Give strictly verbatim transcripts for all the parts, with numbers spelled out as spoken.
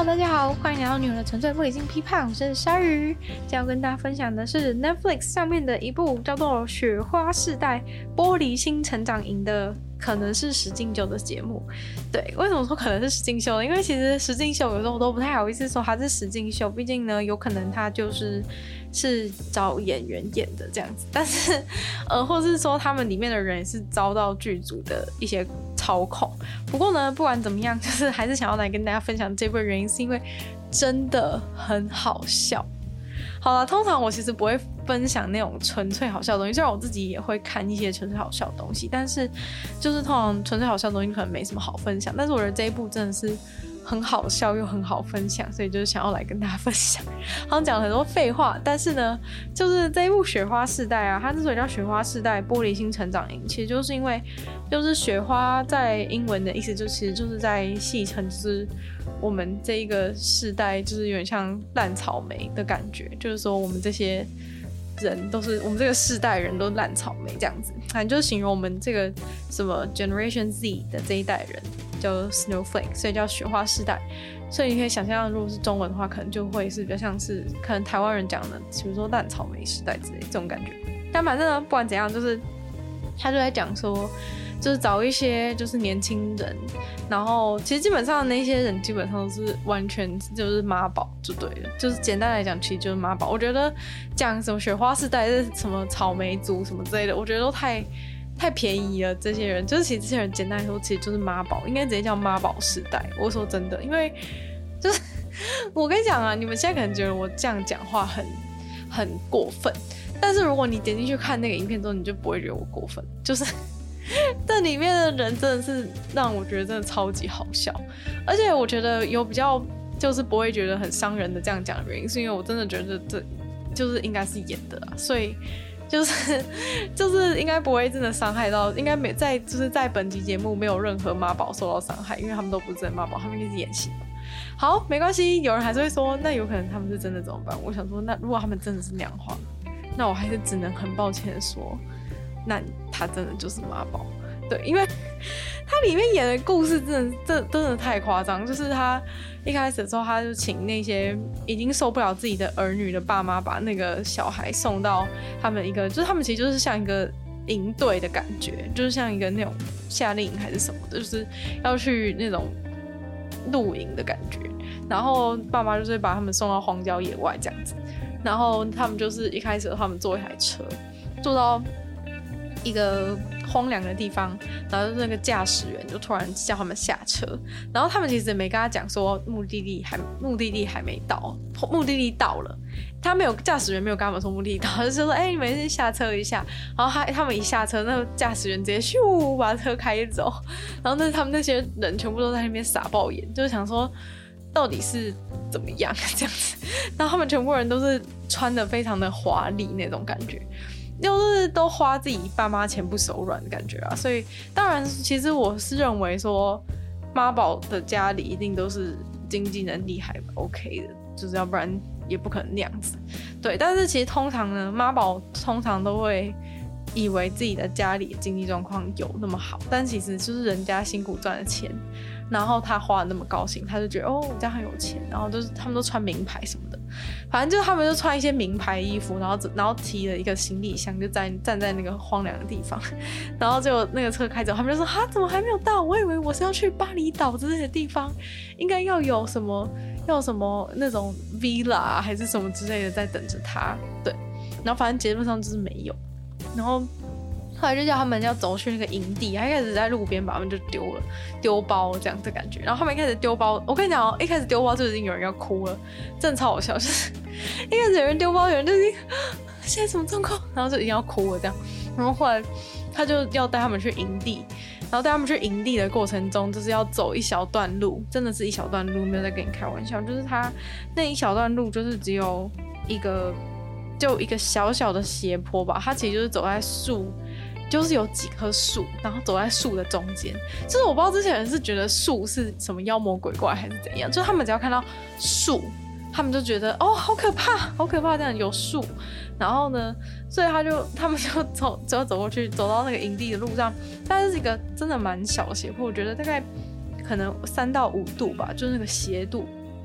大家好，欢迎来到女人的纯粹不理性批判，我是鲨鱼。今天要跟大家分享的是 Netflix 上面的一部叫做《雪花世代：玻璃心成长营》的，可能是实境秀的节目。对，为什么说可能是实境秀呢？因为其实实境秀有时候我都不太好意思说它是实境秀，毕竟呢，有可能它就是是找演员演的这样子，但是呃，或是说他们里面的人也是遭到剧组的一些操控。不过呢，不管怎么样，就是还是想要来跟大家分享这部的原因，是因为真的很好笑。好了，通常我其实不会分享那种纯粹好笑的东西，虽然我自己也会看一些纯粹好笑的东西，但是就是通常纯粹好笑的东西可能没什么好分享。但是我觉得这一部真的是很好笑又很好分享，所以就是想要来跟大家分享。好像讲了很多废话，但是呢，就是这一部《雪花世代》啊，它之所以叫《雪花世代：玻璃心成长营》，其实就是因为就是雪花在英文的意思就其实就是在戏称就是我们这一个世代就是有点像烂草莓的感觉，就是说我们这些人都是我们这个世代人都烂草莓这样子，反正就是形容我们这个什么 Generation Z 的这一代人叫 Snowflake， 所以叫雪花世代。所以你可以想象，如果是中文的话，可能就会是比较像是可能台湾人讲的，比如说烂草莓时代之类这种感觉。但反正呢，不管怎样，就是他就在讲说，就是找一些就是年轻人，然后其实基本上那些人基本上都是完全就是妈宝就对了，就是简单来讲其实就是妈宝。我觉得讲什么雪花世代是什么草莓族什么之类的，我觉得都太太便宜了。这些人就是其实这些人简单来说其实就是妈宝，应该直接叫妈宝世代。我说真的，因为就是我跟你讲啊，你们现在可能觉得我这样讲话很很过分，但是如果你点进去看那个影片之后，你就不会觉得我过分，就是这里面的人真的是让我觉得真的超级好笑，而且我觉得有比较就是不会觉得很伤人的这样讲的原因，是因为我真的觉得这就是应该是演的啦，所以就是就是应该不会真的伤害到，应该没在就是在本集节目没有任何妈宝受到伤害，因为他们都不是真的妈宝，他们应该是演戏。好，没关系，有人还是会说那有可能他们是真的怎么办？我想说，那如果他们真的是那样的话，那我还是只能很抱歉的说，那他真的就是妈宝。对，因为他里面演的故事真的真的真的太夸张，就是他一开始的时候他就请那些已经受不了自己的儿女的爸妈把那个小孩送到他们一个，就是他们其实就是像一个营队的感觉，就是像一个那种夏令营还是什么的，就是要去那种露营的感觉，然后爸妈就是把他们送到荒郊野外这样子，然后他们就是一开始他们坐一台车坐到一个荒凉的地方，然后那个驾驶员就突然叫他们下车，然后他们其实也没跟他讲说目的地还目的地还没到，目的地到了，他没有驾驶员没有跟他们说目的地到，就是说哎、欸、你们先下车一下，然后他他们一下车，那个驾驶员直接咻把车开走，然后那他们那些人全部都在那边傻爆眼，就是想说到底是怎么样这样子，然后他们全部人都是穿得非常的华丽那种感觉。就是都花自己爸妈钱不手软的感觉啊，所以当然其实我是认为说妈宝的家里一定都是经济能力还 OK 的，就是要不然也不可能那样子。对，但是其实通常呢，妈宝通常都会以为自己的家里的经济状况有那么好，但其实就是人家辛苦赚的钱，然后他花的那么高兴，他就觉得哦我家很有钱，然后就是他们都穿名牌什么的，反正就是他们就穿一些名牌衣服，然后然后提了一个行李箱，就在站在那个荒凉的地方，然后就那个车开走，他们就说哈怎么还没有到？我以为我是要去巴厘岛之类的地方，应该要有什么要什么那种 villa 还是什么之类的在等着他。对，然后反正结论上就是没有，然后后来就叫他们要走去那个营地，他一开始在路边把他们就丢了，丢包这样的感觉。然后他们一开始丢包，我跟你讲哦，一开始丢包就已经有人要哭了，真的超好笑。就是一开始有人丢包，有人就已经现在什么状况，然后就已经要哭了这样。然后后来他就要带他们去营地，然后带他们去营地的过程中，就是要走一小段路，真的是一小段路，没有在跟你开玩笑。就是他那一小段路就是只有一个，就一个小小的斜坡吧，他其实就是走在树。就是有几棵树，然后走在树的中间。就是我不知道之前人是觉得树是什么妖魔鬼怪还是怎样，就是他们只要看到树，他们就觉得哦好可怕，好可怕，这样有树。然后呢，所以他就他们就走，只要走过去，走到那个营地的路上，但是一个真的蛮小的斜坡，我觉得大概可能三到五度吧，就是那个斜度。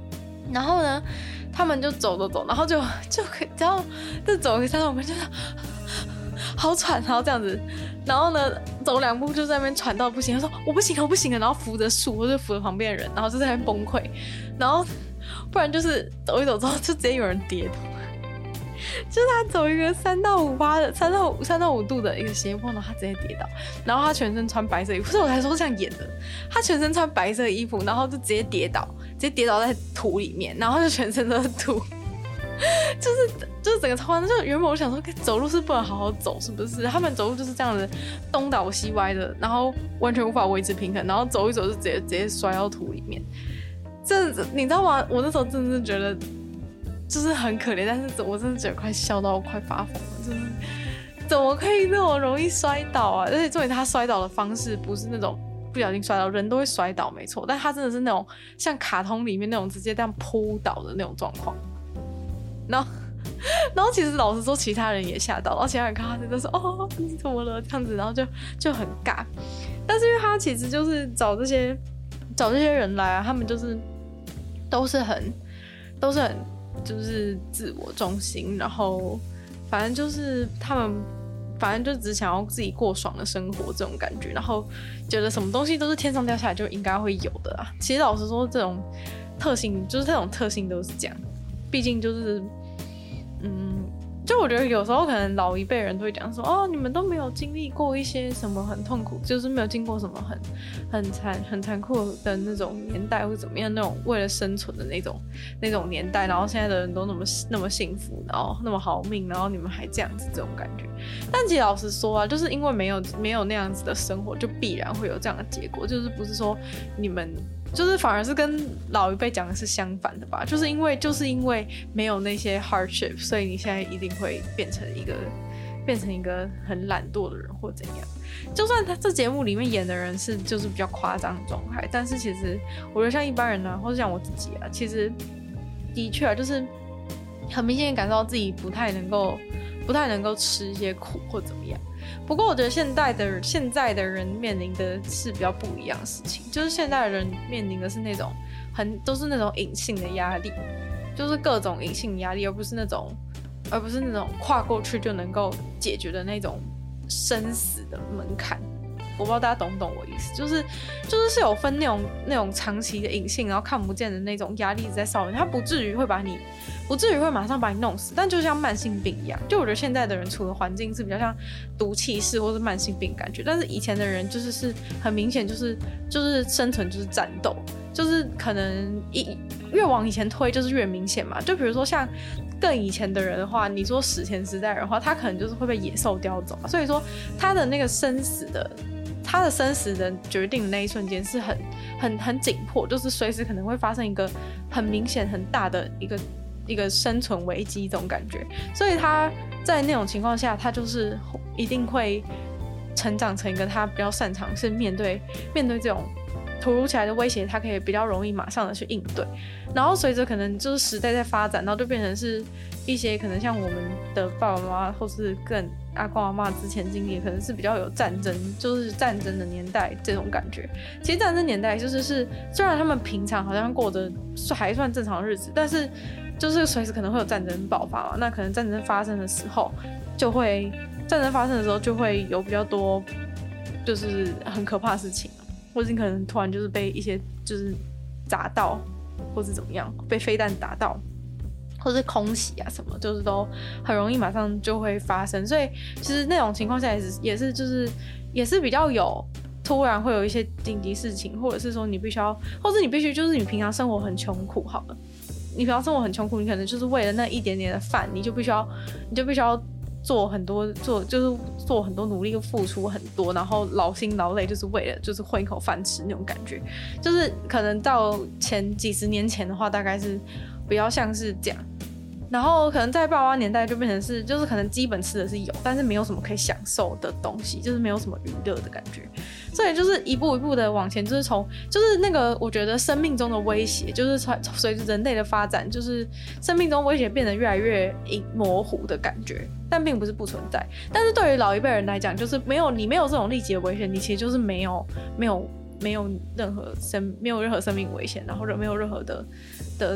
然后呢，他们就走走走，然后就就可以，然后就走一三我们就好喘，然后这样子，然后呢走两步就在那边喘到不行，他说我不行了，我不行了，然后扶着树或者扶着旁边的人，然后就在那边崩溃，然后不然就是走一走之后就直接有人跌倒。就是他走一个三到五八的三到五三到五度的一个斜坡，然后他直接跌倒，然后他全身穿白色衣服，所以我才说这样演的。他全身穿白色衣服，然后就直接跌倒，直接跌倒在土里面，然后就全身都是土，就是就是整个超，就原本我想说走路是不能好好走，是不是？他们走路就是这样子东倒西歪的，然后完全无法维持平衡，然后走一走就直接直接摔到土里面。这你知道吗？我那时候真的是觉得。就是很可怜，但是我真的觉得快笑到快发疯了，就是怎么可以那么容易摔倒啊？而且重点他摔倒的方式不是那种不小心摔倒，人都会摔倒没错，但他真的是那种像卡通里面那种直接这样扑倒的那种状况。然后，然后其实老实说，其他人也吓到，然后其他人看他就说：“哦，你怎么了？”这样子，然后就就很尬。但是因为他其实就是找这些找这些人来啊，他们就是都是很都是很。就是自我中心，然后反正就是他们反正就只想要自己过爽的生活这种感觉，然后觉得什么东西都是天上掉下来就应该会有的啊。其实老实说，这种特性就是这种特性都是这样，毕竟就是嗯。就我觉得有时候可能老一辈人都会讲说，哦，你们都没有经历过一些什么很痛苦，就是没有经过什么很很残很残酷的那种年代或怎么样，那种为了生存的那种那种年代，然后现在的人都那么那么幸福，然后那么好命，然后你们还这样子这种感觉。但其实老实说啊，就是因为没有没有那样子的生活，就必然会有这样的结果，就是不是说你们。就是反而是跟老一辈讲的是相反的吧，就是因为就是因为没有那些 hardship， 所以你现在一定会变成一个变成一个很懒惰的人或怎样。就算他这节目里面演的人是就是比较夸张的状态，但是其实我觉得像一般人啊，或者像我自己啊，其实的确啊，就是很明显感受到自己不太能够不太能够吃一些苦或怎么样。不过我觉得现代的现在的人面临的是比较不一样的事情，就是现代的人面临的是那种很都是那种隐性的压力，就是各种隐性压力，而不是那种而不是那种跨过去就能够解决的那种生死的门槛。我不知道大家懂不懂我意思，就是就是是有分那种那种长期的隐性，然后看不见的那种压力在上面，它不至于会把你不至于会马上把你弄死，但就像慢性病一样。就我觉得现在的人处的环境是比较像毒气室或是慢性病感觉，但是以前的人就是是很明显就是就是生存就是战斗，就是可能一越往以前推就是越明显嘛。就比如说像更以前的人的话，你说史前时代人的话，他可能就是会被野兽叼走，所以说他的那个生死的。他的生死的决定的那一瞬间是很很很紧迫，就是随时可能会发生一个很明显很大的一个一个生存危机这种感觉，所以他在那种情况下，他就是一定会成长成一个他比较擅长是面对面对这种突如其来的威胁，他可以比较容易马上的去应对。然后随着可能就是时代在发展，然后就变成是一些可能像我们的爸爸妈妈或是更阿公阿嬷之前经历，可能是比较有战争，就是战争的年代这种感觉。其实战争年代就是是虽然他们平常好像过着还算正常的日子，但是就是随时可能会有战争爆发嘛。那可能战争发生的时候，就会战争发生的时候就会有比较多就是很可怕的事情，或者你可能突然就是被一些就是砸到，或是怎么样被飞弹打到。或是空袭啊什么，就是都很容易马上就会发生，所以其实那种情况下也是也是就是也是比较有突然会有一些紧急事情，或者是说你必须要，或是你必须就是你平常生活很穷苦好了，你平常生活很穷苦，你可能就是为了那一点点的饭，你就必须要你就必须要做很多做就是做很多努力，付出很多，然后劳心劳累，就是为了就是混一口饭吃那种感觉，就是可能到前几十年前的话，大概是比较像是这样。然后可能在爸妈年代就变成是，就是可能基本吃的是有，但是没有什么可以享受的东西，就是没有什么娱乐的感觉，所以就是一步一步的往前，就是从就是那个我觉得生命中的威胁，就是随着人类的发展，就是生命中威胁变得越来越模糊的感觉，但并不是不存在。但是对于老一辈人来讲，就是没有你没有这种立即的危险，你其实就是没有没有没有任何生没有任何生命危险，然后没有任何的的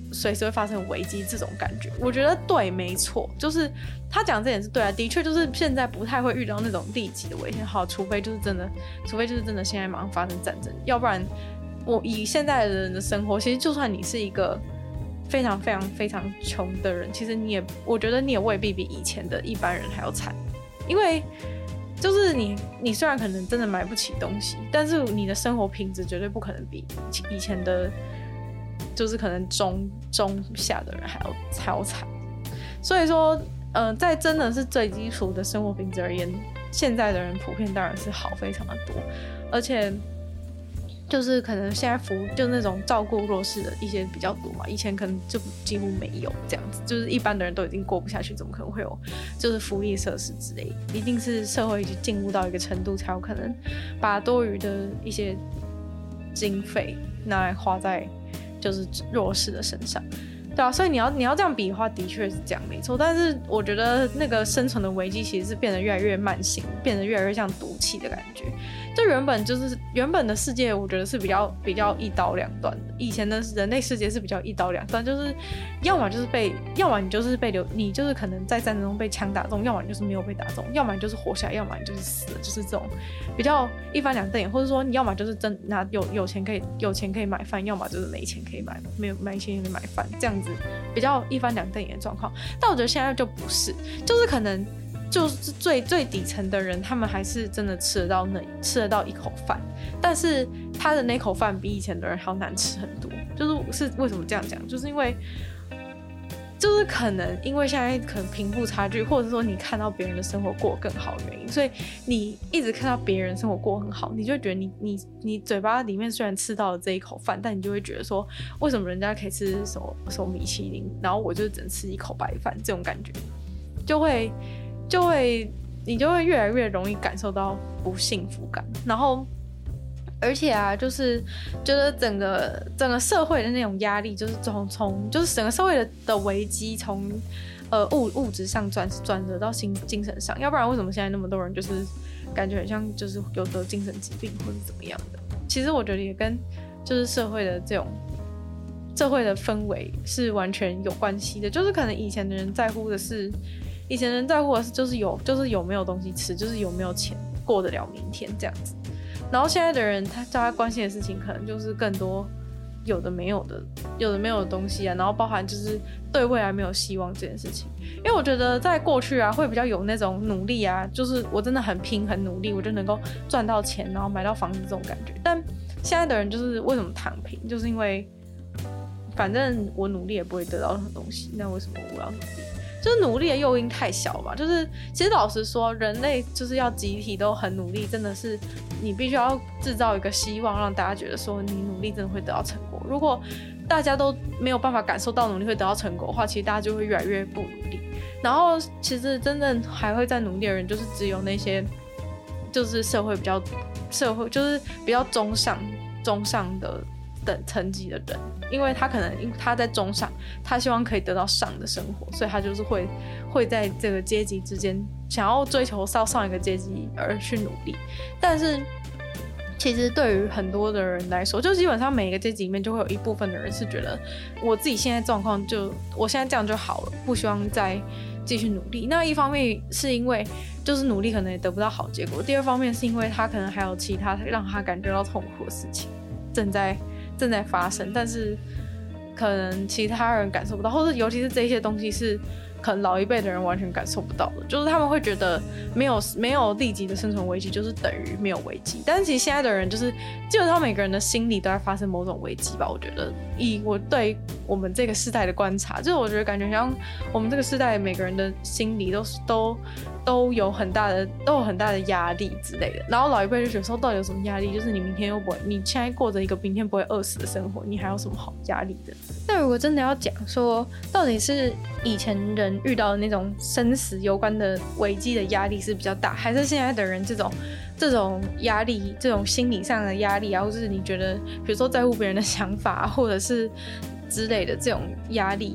随时会发生危机这种感觉。我觉得对，没错，就是他讲这点是对啊，的确就是现在不太会遇到那种立即的危险，好，除非就是真的，除非就是真的现在马上发生战争，要不然我以现在的人的生活，其实就算你是一个非常非常非常穷的人，其实你也，我觉得你也未必比以前的一般人还要惨，因为就是你，你虽然可能真的买不起东西，但是你的生活品质绝对不可能比以前的，就是可能中中下的人还要还要惨。所以说，呃，在真的是最基础的生活品质而言，现在的人普遍当然是好非常的多，而且就是可能现在服务就那种照顾弱势的一些比较多嘛，以前可能就几乎没有这样子，就是一般的人都已经过不下去，怎么可能会有就是福利设施之类的？一定是社会已经进入到一个程度，才有可能把多余的一些经费拿来花在就是弱势的身上。对啊，所以你要你要这样比的话，的确是这样没错。但是我觉得那个生存的危机其实是变得越来越慢性，变得越来越像毒气的感觉。就原本就是原本的世界，我觉得是比较比较一刀两断的。以前的人类世界是比较一刀两断，就是要么就是被，要么你就是被流，你就是可能在战争中被枪打中，要么你就是没有被打中，要么你就是活下来，要么你就是死了，就是这种比较一翻两瞪眼，或者说你要么就是真拿有有钱可以有钱可以买饭，要么就是没钱可以买没有没钱可以买饭，这样子比较一翻两瞪眼的状况。但我觉得现在就不是，就是可能。就是最最底层的人，他们还是真的吃得到那吃得到一口饭，但是他的那口饭比以前的人还要难吃很多。就是是为什么这样讲？就是因为，就是可能因为现在可能贫富差距，或者说你看到别人的生活过得更好的原因，所以你一直看到别人生活过得很好，你就会觉得你你你嘴巴里面虽然吃到了这一口饭，但你就会觉得说，为什么人家可以吃什么什么米其林，然后我就只能吃一口白饭，这种感觉就会。就会，你就会越来越容易感受到不幸福感，然后，而且啊，就是觉得整个整个社会的那种压力，就是从从就是整个社会的的危机，从呃物物质上转转折到心精神上，要不然为什么现在那么多人就是感觉很像就是有得精神疾病或者怎么样的？其实我觉得也跟就是社会的这种社会的氛围是完全有关系的，就是可能以前的人在乎的是。以前人在乎的是就是有就是有没有东西吃，就是有没有钱过得了明天这样子。然后现在的人他大家关心的事情可能就是更多有的没有的有的没有的东西啊，然后包含就是对未来没有希望这件事情。因为我觉得在过去啊会比较有那种努力啊，就是我真的很拼很努力，我就能够赚到钱，然后买到房子这种感觉。但现在的人就是为什么躺平，就是因为反正我努力也不会得到任何东西，那为什么我要努力？就是努力的诱因太小吧，就是其实老实说，人类就是要集体都很努力，真的是你必须要制造一个希望，让大家觉得说你努力真的会得到成果。如果大家都没有办法感受到努力会得到成果的话，其实大家就会越来越不努力。然后其实真正还会在努力的人，就是只有那些就是社会比较社会就是比较中上中上的。等层级的人，因为他可能他在中上，他希望可以得到上的生活，所以他就是会会在这个阶级之间想要追求到上一个阶级而去努力。但是其实对于很多的人来说，就基本上每一个阶级里面就会有一部分的人是觉得我自己现在状况就我现在这样就好了，不希望再继续努力。那一方面是因为就是努力可能也得不到好结果，第二方面是因为他可能还有其他让他感觉到痛苦的事情正在正在发生，但是可能其他人感受不到，或者尤其是这些东西是可能老一辈的人完全感受不到的，就是他们会觉得没有没有立即的生存危机就是等于没有危机。但是其实现在的人就是基本上每个人的心里都在发生某种危机吧。我觉得以我对我们这个世代的观察，就是我觉得感觉像我们这个世代每个人的心里都都都有很大的都有很大的压力之类的。然后老一辈就觉得说到底有什么压力，就是你明天又不会，你现在过着一个明天不会饿死的生活，你还有什么好压力的？那如果真的要讲说到底是以前人遇到的那种生死攸关的危机的压力是比较大，还是现在的人这种这种压力，这种心理上的压力啊，或是你觉得比如说在乎别人的想法，或者是之类的这种压力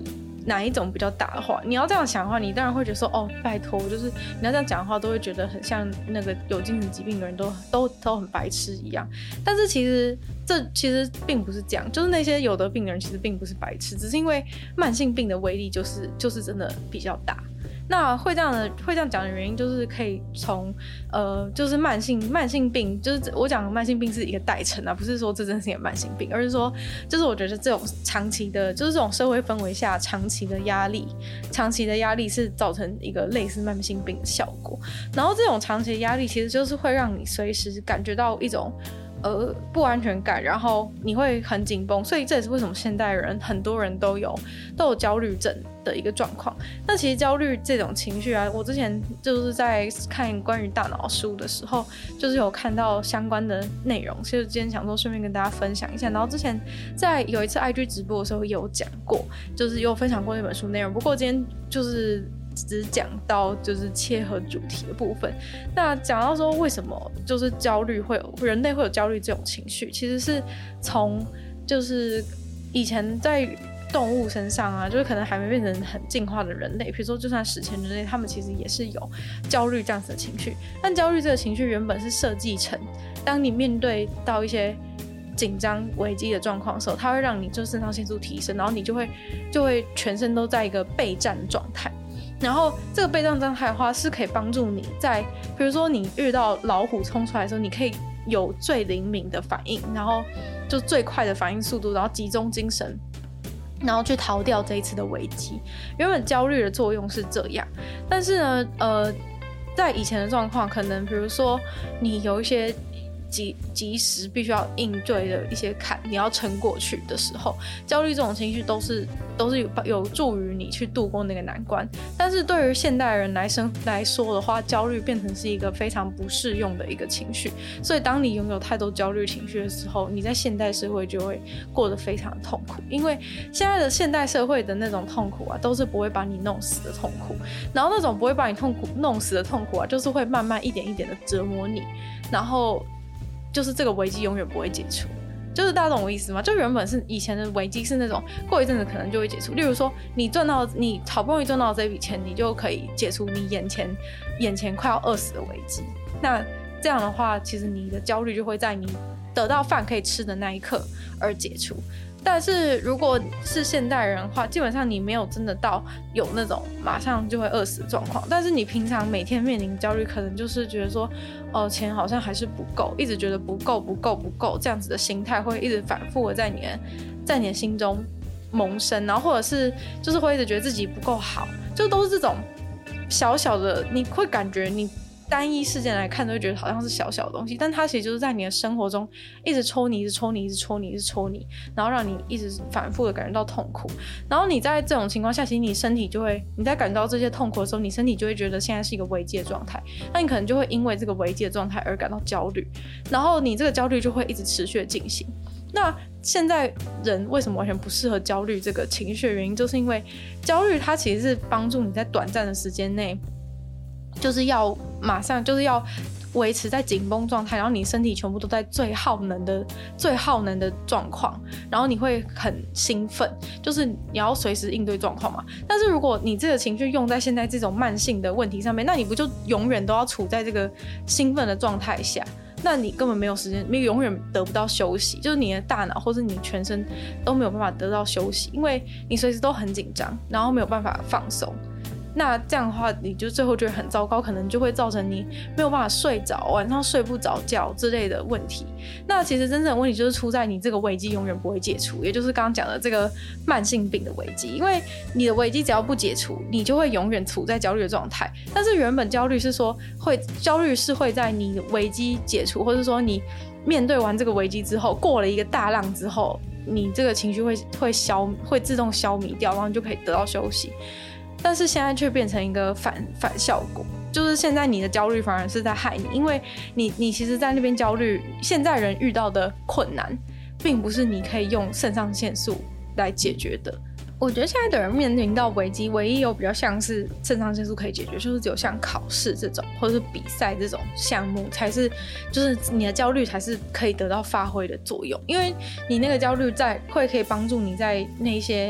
哪一种比较大的话，你要这样想的话，你当然会觉得说，哦，拜托，就是你要这样讲的话，都会觉得很像那个有精神疾病的人都都都很白痴一样。但是其实这其实并不是这样，就是那些有得病的人其实并不是白痴，只是因为慢性病的威力就是就是真的比较大。那会这样的会这样讲的原因，就是可以从呃，就是慢性慢性病，就是我讲的慢性病是一个代称啊，不是说这真是一个慢性病，而是说，就是我觉得这种长期的，就是这种社会氛围下长期的压力，长期的压力是造成一个类似慢性病的效果。然后这种长期的压力其实就是会让你随时感觉到一种呃不安全感，然后你会很紧绷，所以这也是为什么现代人很多人都有都有焦虑症的一个状况。那其实焦虑这种情绪啊，我之前就是在看关于大脑书的时候，就是有看到相关的内容，所以今天想说顺便跟大家分享一下。然后之前在有一次 I G 直播的时候也有讲过，就是有分享过那本书内容，不过今天就是只讲到就是切合主题的部分。那讲到说为什么就是焦虑会有人类会有焦虑这种情绪，其实是从就是以前在动物身上啊，就是可能还没变成很进化的人类，比如说就算史前人类，他们其实也是有焦虑这样子的情绪。但焦虑这个情绪原本是设计成，当你面对到一些紧张危机的状况的时候，它会让你就肾上腺素提升，然后你就会就会全身都在一个备战状态。然后这个备战状态的话，是可以帮助你在比如说你遇到老虎冲出来的时候，你可以有最灵敏的反应，然后就最快的反应速度，然后集中精神，然后去逃掉这一次的危机。原本焦虑的作用是这样，但是呢，呃，在以前的状况，可能比如说你有一些及及时必须要应对的一些坎，你要撑过去的时候，焦虑这种情绪都是都是有有助于你去度过那个难关。但是对于现代人来生来说的话，焦虑变成是一个非常不适用的一个情绪。所以当你拥有太多焦虑情绪的时候，你在现代社会就会过得非常的痛苦。因为现在的现代社会的那种痛苦啊，都是不会把你弄死的痛苦，然后那种不会把你痛苦弄死的痛苦啊，就是会慢慢一点一点的折磨你，然后就是这个危机永远不会解除。就是大家懂我意思吗？就原本是以前的危机是那种过一阵子可能就会解除，例如说你赚到你好不容易赚到这笔钱，你就可以解除你眼前眼前快要饿死的危机。那这样的话，其实你的焦虑就会在你得到饭可以吃的那一刻而解除。但是如果是现代人的话，基本上你没有真的到有那种马上就会饿死的状况，但是你平常每天面临焦虑，可能就是觉得说哦，钱好像还是不够，一直觉得不够不够不够，这样子的心态会一直反复的在你的在你的心中萌生，然后或者是就是会一直觉得自己不够好，就都是这种小小的，你会感觉你单一事件来看都会觉得好像是小小的东西，但它其实就是在你的生活中一直抽你一直抽你一直抽你一直抽你，然后让你一直反复的感觉到痛苦。然后你在这种情况下，其实你身体就会你在感觉到这些痛苦的时候，你身体就会觉得现在是一个危机的状态，那你可能就会因为这个危机的状态而感到焦虑，然后你这个焦虑就会一直持续的进行。那现在人为什么完全不适合焦虑这个情绪的原因，就是因为焦虑它其实是帮助你在短暂的时间内就是要马上就是要维持在紧绷状态，然后你身体全部都在最耗能的最耗能的状况，然后你会很兴奋，就是你要随时应对状况嘛。但是如果你这个情绪用在现在这种慢性的问题上面，那你不就永远都要处在这个兴奋的状态下，那你根本没有时间，你永远得不到休息，就是你的大脑或是你全身都没有办法得到休息，因为你随时都很紧张，然后没有办法放松。那这样的话，你就最后就会很糟糕，可能就会造成你没有办法睡着，晚上睡不着觉之类的问题。那其实真正的问题就是出在你这个危机永远不会解除，也就是刚刚讲的这个慢性病的危机。因为你的危机只要不解除，你就会永远处在焦虑的状态。但是原本焦虑是说会焦虑是会在你的危机解除，或者说你面对完这个危机之后，过了一个大浪之后，你这个情绪会会消会自动消弭掉，然后你就可以得到休息。但是现在却变成一个反反效果，就是现在你的焦虑反而是在害你，因为你你其实在那边焦虑，现在人遇到的困难并不是你可以用肾上腺素来解决的。我觉得现在的人面临到危机，唯一有比较像是肾上腺素可以解决，就是只有像考试这种或者是比赛这种项目才是，就是你的焦虑才是可以得到发挥的作用，因为你那个焦虑在会可以帮助你在那些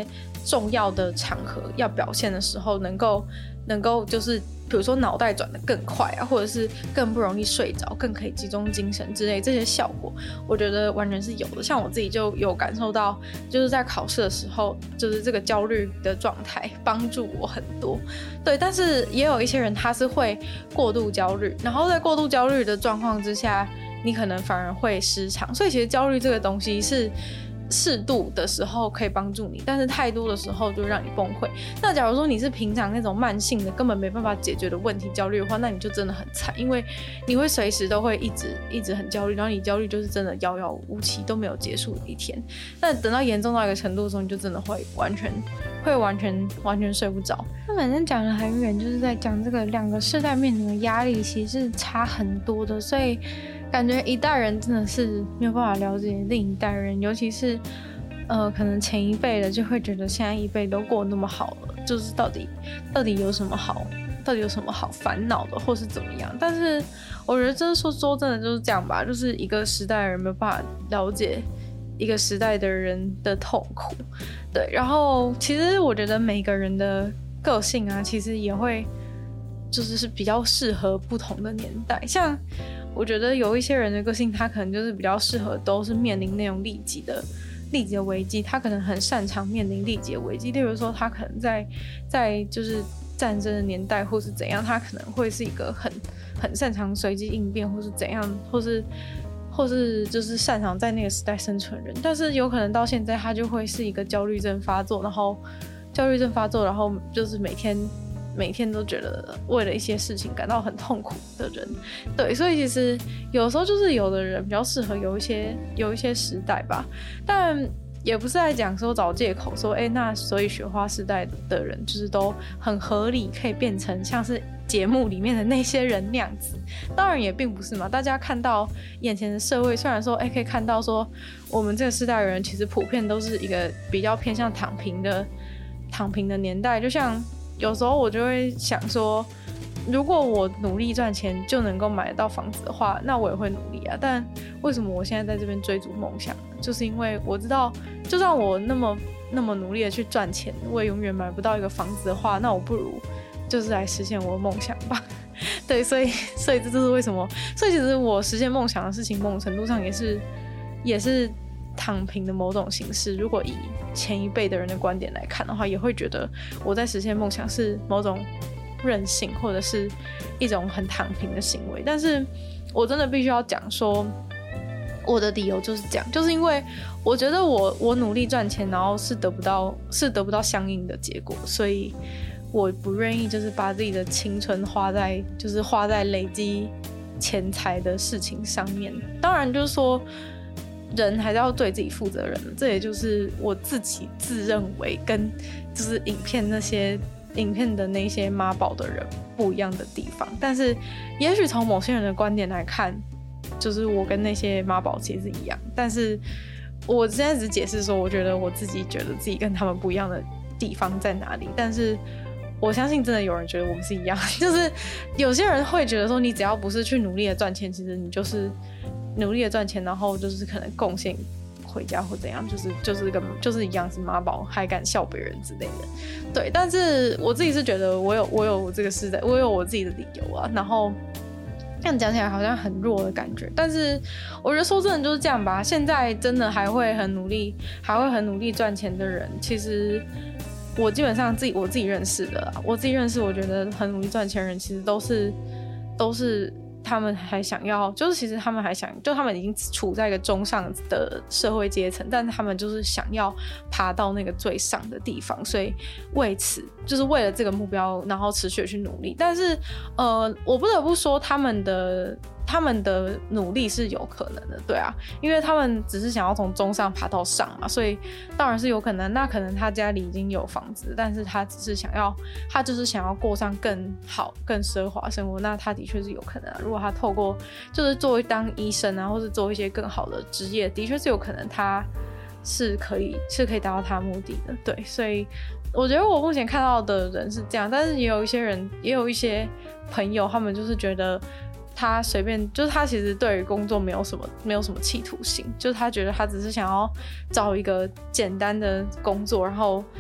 重要的场合要表现的时候，能够能够就是比如说脑袋转得更快啊，或者是更不容易睡着，更可以集中精神之类这些效果，我觉得完全是有的。像我自己就有感受到，就是在考试的时候，就是这个焦虑的状态帮助我很多。对，但是也有一些人他是会过度焦虑，然后在过度焦虑的状况之下，你可能反而会失常。所以其实焦虑这个东西是适度的时候可以帮助你，但是太多的时候就让你崩溃。那假如说你是平常那种慢性的根本没办法解决的问题焦虑的话，那你就真的很惨，因为你会随时都会一直一直很焦虑，然后你焦虑就是真的遥遥无期都没有结束的一天。那等到严重到一个程度的时候，你就真的会完全会完全完全睡不着。那反正讲的很远，就是在讲这个两个世代面临的压力其实是差很多的，所以感觉一代人真的是没有办法了解另一代人，尤其是呃，可能前一辈的就会觉得现在一辈都过得那么好了，就是到底到底有什么好，到底有什么好烦恼的，或是怎么样？但是我觉得真的说说真的就是这样吧，就是一个时代的人没有办法了解一个时代的人的痛苦，对。然后其实我觉得每个人的个性啊，其实也会就是是比较适合不同的年代，像。我觉得有一些人的个性，他可能就是比较适合都是面临那种立即的、立即的危机，他可能很擅长面临立即的危机。例如说，他可能在在就是战争的年代或是怎样，他可能会是一个很很擅长随机应变，或是怎样，或是或是就是擅长在那个时代生存人。但是有可能到现在，他就会是一个焦虑症发作，然后焦虑症发作，然后就是每天。每天都觉得为了一些事情感到很痛苦的人，对，所以其实有时候就是有的人比较适合有一些有一些时代吧，但也不是在讲说找借口说，哎、欸，那所以雪花世代的人就是都很合理，可以变成像是节目里面的那些人那样子，当然也并不是嘛。大家看到眼前的社会，虽然说，哎、欸，可以看到说我们这个世代的人其实普遍都是一个比较偏向躺平的躺平的年代，就像。有时候我就会想说，如果我努力赚钱就能够买得到房子的话，那我也会努力啊。但为什么我现在在这边追逐梦想呢？就是因为我知道，就算我那么那么努力的去赚钱，我也永远买不到一个房子的话，那我不如就是来实现我的梦想吧。对，所以所以这就是为什么。所以其实我实现梦想的事情，某种程度上也是也是。躺平的某种形式，如果以前一辈的人的观点来看的话，也会觉得我在实现梦想是某种任性，或者是一种很躺平的行为。但是我真的必须要讲说，我的理由就是这样，就是因为我觉得我我努力赚钱，然后是得不到是得不到相应的结果，所以我不愿意就是把自己的青春花在就是花在累积钱财的事情上面。当然就是说。人还是要对自己负责任，这也就是我自己自认为跟就是影片那些影片的那些妈宝的人不一样的地方。但是也许从某些人的观点来看，就是我跟那些妈宝其实是一样。但是我现在只解释说，我觉得我自己觉得自己跟他们不一样的地方在哪里。但是我相信真的有人觉得我们是一样，就是有些人会觉得说，你只要不是去努力的赚钱，其实你就是。努力的赚钱，然后就是可能贡献回家或怎样，就是就是个就是一样是妈宝，还敢笑别人之类的，对。但是我自己是觉得我有我有这个时代，我有我自己的理由啊。然后这样讲起来好像很弱的感觉，但是我觉得说真的就是这样吧。现在真的还会很努力，还会很努力赚钱的人，其实我基本上自己我自己认识的，我自己认识，我觉得很努力赚钱的人，其实都是都是。他们还想要，就是其实他们还想，就他们已经处在一个中上的社会阶层，但是他们就是想要爬到那个最上的地方，所以为此就是为了这个目标，然后持续的去努力。但是，呃，我不得不说，他们的他们的努力是有可能的，对啊，因为他们只是想要从中上爬到上嘛，所以当然是有可能。那可能他家里已经有房子，但是他只是想要，他就是想要过上更好、更奢华生活，那他的确是有可能啊。如果他透过就是作为当医生啊，或是做一些更好的职业，的确是有可能他是可以是可以达到他的目的的，对。所以我觉得我目前看到的人是这样，但是也有一些人，也有一些朋友，他们就是觉得。他随便就是他其实对于工作没有什么没有什么企图心，就是他觉得他只是想要找一个简单的工作，然后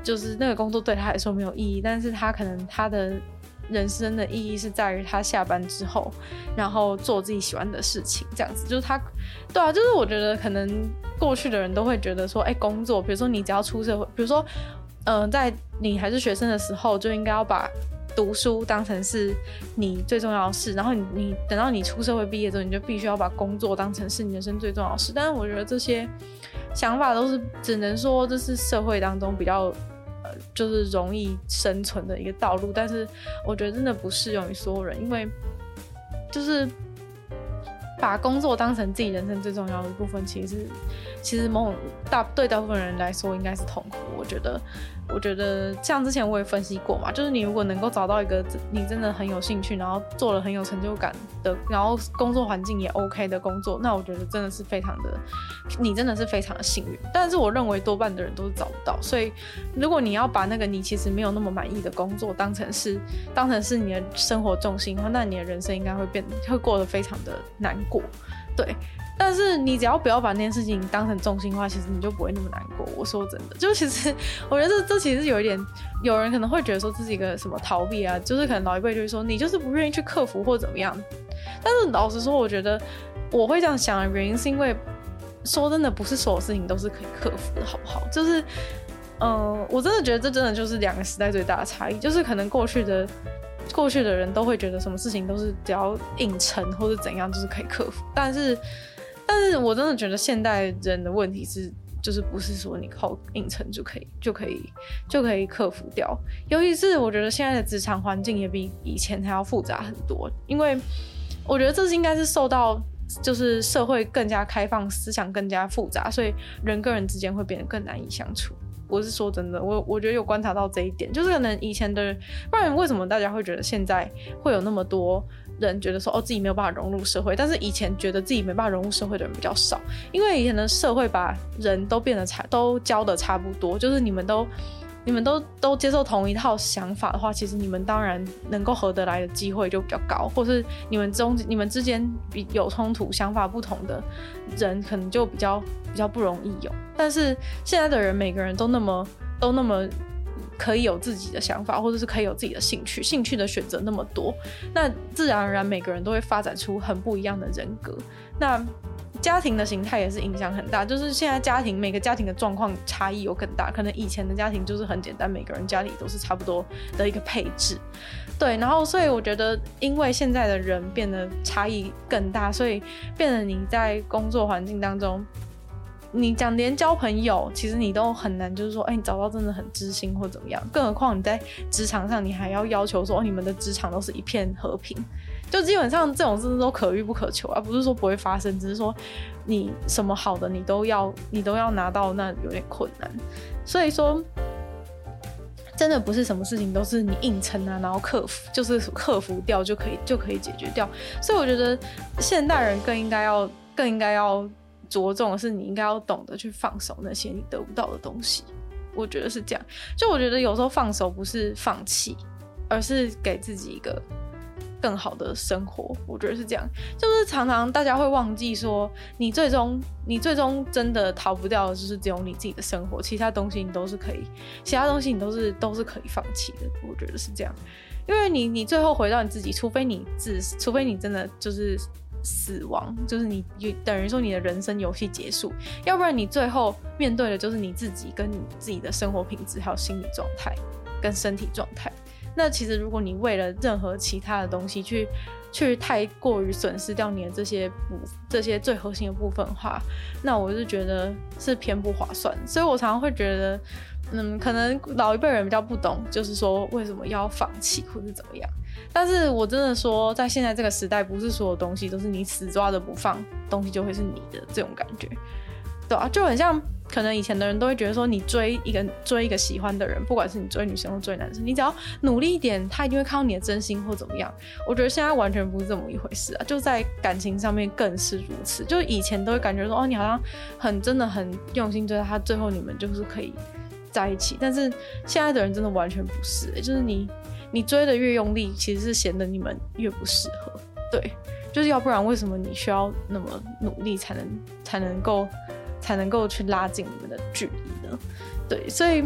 就是那个工作对他来说没有意义，但是他可能他的人生的意义是在于他下班之后，然后做自己喜欢的事情，这样子。就是他，对啊，就是我觉得可能过去的人都会觉得说，哎、欸，工作，比如说你只要出社会，比如说，嗯、呃，在你还是学生的时候，就应该要把读书当成是你最重要的事，然后你你等到你出社会毕业之后，你就必须要把工作当成是你人生最重要的事。但是我觉得这些想法都是只能说这是社会当中比较呃就是容易生存的一个道路，但是我觉得真的不适用于所有人，因为就是把工作当成自己人生最重要的一部分，其实其实某种大对大部分人来说应该是痛苦。我觉得我觉得像之前我也分析过嘛，就是你如果能够找到一个你真的很有兴趣，然后做了很有成就感的，然后工作环境也 OK 的工作，那我觉得真的是非常的，你真的是非常的幸运。但是我认为多半的人都是找不到，所以如果你要把那个你其实没有那么满意的工作当成是当成是你的生活重心的话，那你的人生应该会变会过得非常的难过，对。但是你只要不要把那件事情当成重心的话，其实你就不会那么难过。我说真的，就其实我觉得 这, 这其实有一点，有人可能会觉得说这是一个什么逃避啊，就是可能老一辈就会说你就是不愿意去克服或怎么样。但是老实说，我觉得我会这样想的原因是因为说真的，不是所有事情都是可以克服的，好不好？就是嗯、呃，我真的觉得这真的就是两个时代最大的差异，就是可能过去的。过去的人都会觉得什么事情都是只要硬撑或者怎样就是可以克服，但是但是我真的觉得现代人的问题是就是不是说你靠硬撑就可以就可以就可以克服掉，尤其是我觉得现在的职场环境也比以前还要复杂很多，因为我觉得这是应该是受到就是社会更加开放，思想更加复杂，所以人跟人之间会变得更难以相处。我是说真的，我我觉得有观察到这一点，就是可能以前的人，不然为什么大家会觉得现在会有那么多人觉得说哦自己没有办法融入社会，但是以前觉得自己没办法融入社会的人比较少，因为以前的社会把人都变得差都教的差不多，就是你们都你们都都接受同一套想法的话，其实你们当然能够合得来的机会就比较高，或是你们中你们之间有冲突、想法不同的人，可能就比较比较不容易有。但是现在的人，每个人都那么都那么可以有自己的想法，或者是可以有自己的兴趣，兴趣的选择那么多，那自然而然每个人都会发展出很不一样的人格。那家庭的形态也是影响很大，就是现在家庭每个家庭的状况差异有更大，可能以前的家庭就是很简单，每个人家里都是差不多的一个配置，对，然后所以我觉得因为现在的人变得差异更大，所以变得你在工作环境当中，你讲连交朋友其实你都很难，就是说哎，你找到真的很知心或怎么样，更何况你在职场上你还要要求说、哦、你们的职场都是一片和平，就基本上这种事都可遇不可求啊，不是说不会发生，只是说你什么好的你都要你都要拿到，那有点困难。所以说真的不是什么事情都是你硬撑啊，然后克服就是克服掉就可以就可以解决掉。所以我觉得现代人更应该要更应该要着重的是，你应该要懂得去放手那些你得不到的东西。我觉得是这样，就我觉得有时候放手不是放弃，而是给自己一个更好的生活。我觉得是这样，就是常常大家会忘记说，你最终你最终真的逃不掉的就是只有你自己的生活，其他东西你都是可以，其他东西你都是都是可以放弃的。我觉得是这样，因为你你最后回到你自己，除非你自除非你真的就是死亡，就是你等于说你的人生游戏结束，要不然你最后面对的就是你自己跟你自己的生活品质还有心理状态跟身体状态。那其实如果你为了任何其他的东西去去太过于损失掉你的这些部这些最核心的部分的话，那我是觉得是偏不划算。所以我常常会觉得嗯，可能老一辈人比较不懂，就是说为什么要放弃或者怎么样。但是我真的说，在现在这个时代，不是所有东西都是你死抓着不放，东西就会是你的这种感觉，对啊，就很像可能以前的人都会觉得说，你追一个追一个喜欢的人，不管是你追女生或追男生，你只要努力一点，他一定会看到你的真心或怎么样。我觉得现在完全不是这么一回事啊，就在感情上面更是如此。就以前都会感觉说，哦，你好像很真的很用心追他，最后你们就是可以在一起。但是现在的人真的完全不是、欸，就是你。你追的越用力，其实是显得你们越不适合，对，就是要不然为什么你需要那么努力才能才能够才能够去拉近你们的距离呢？对，所以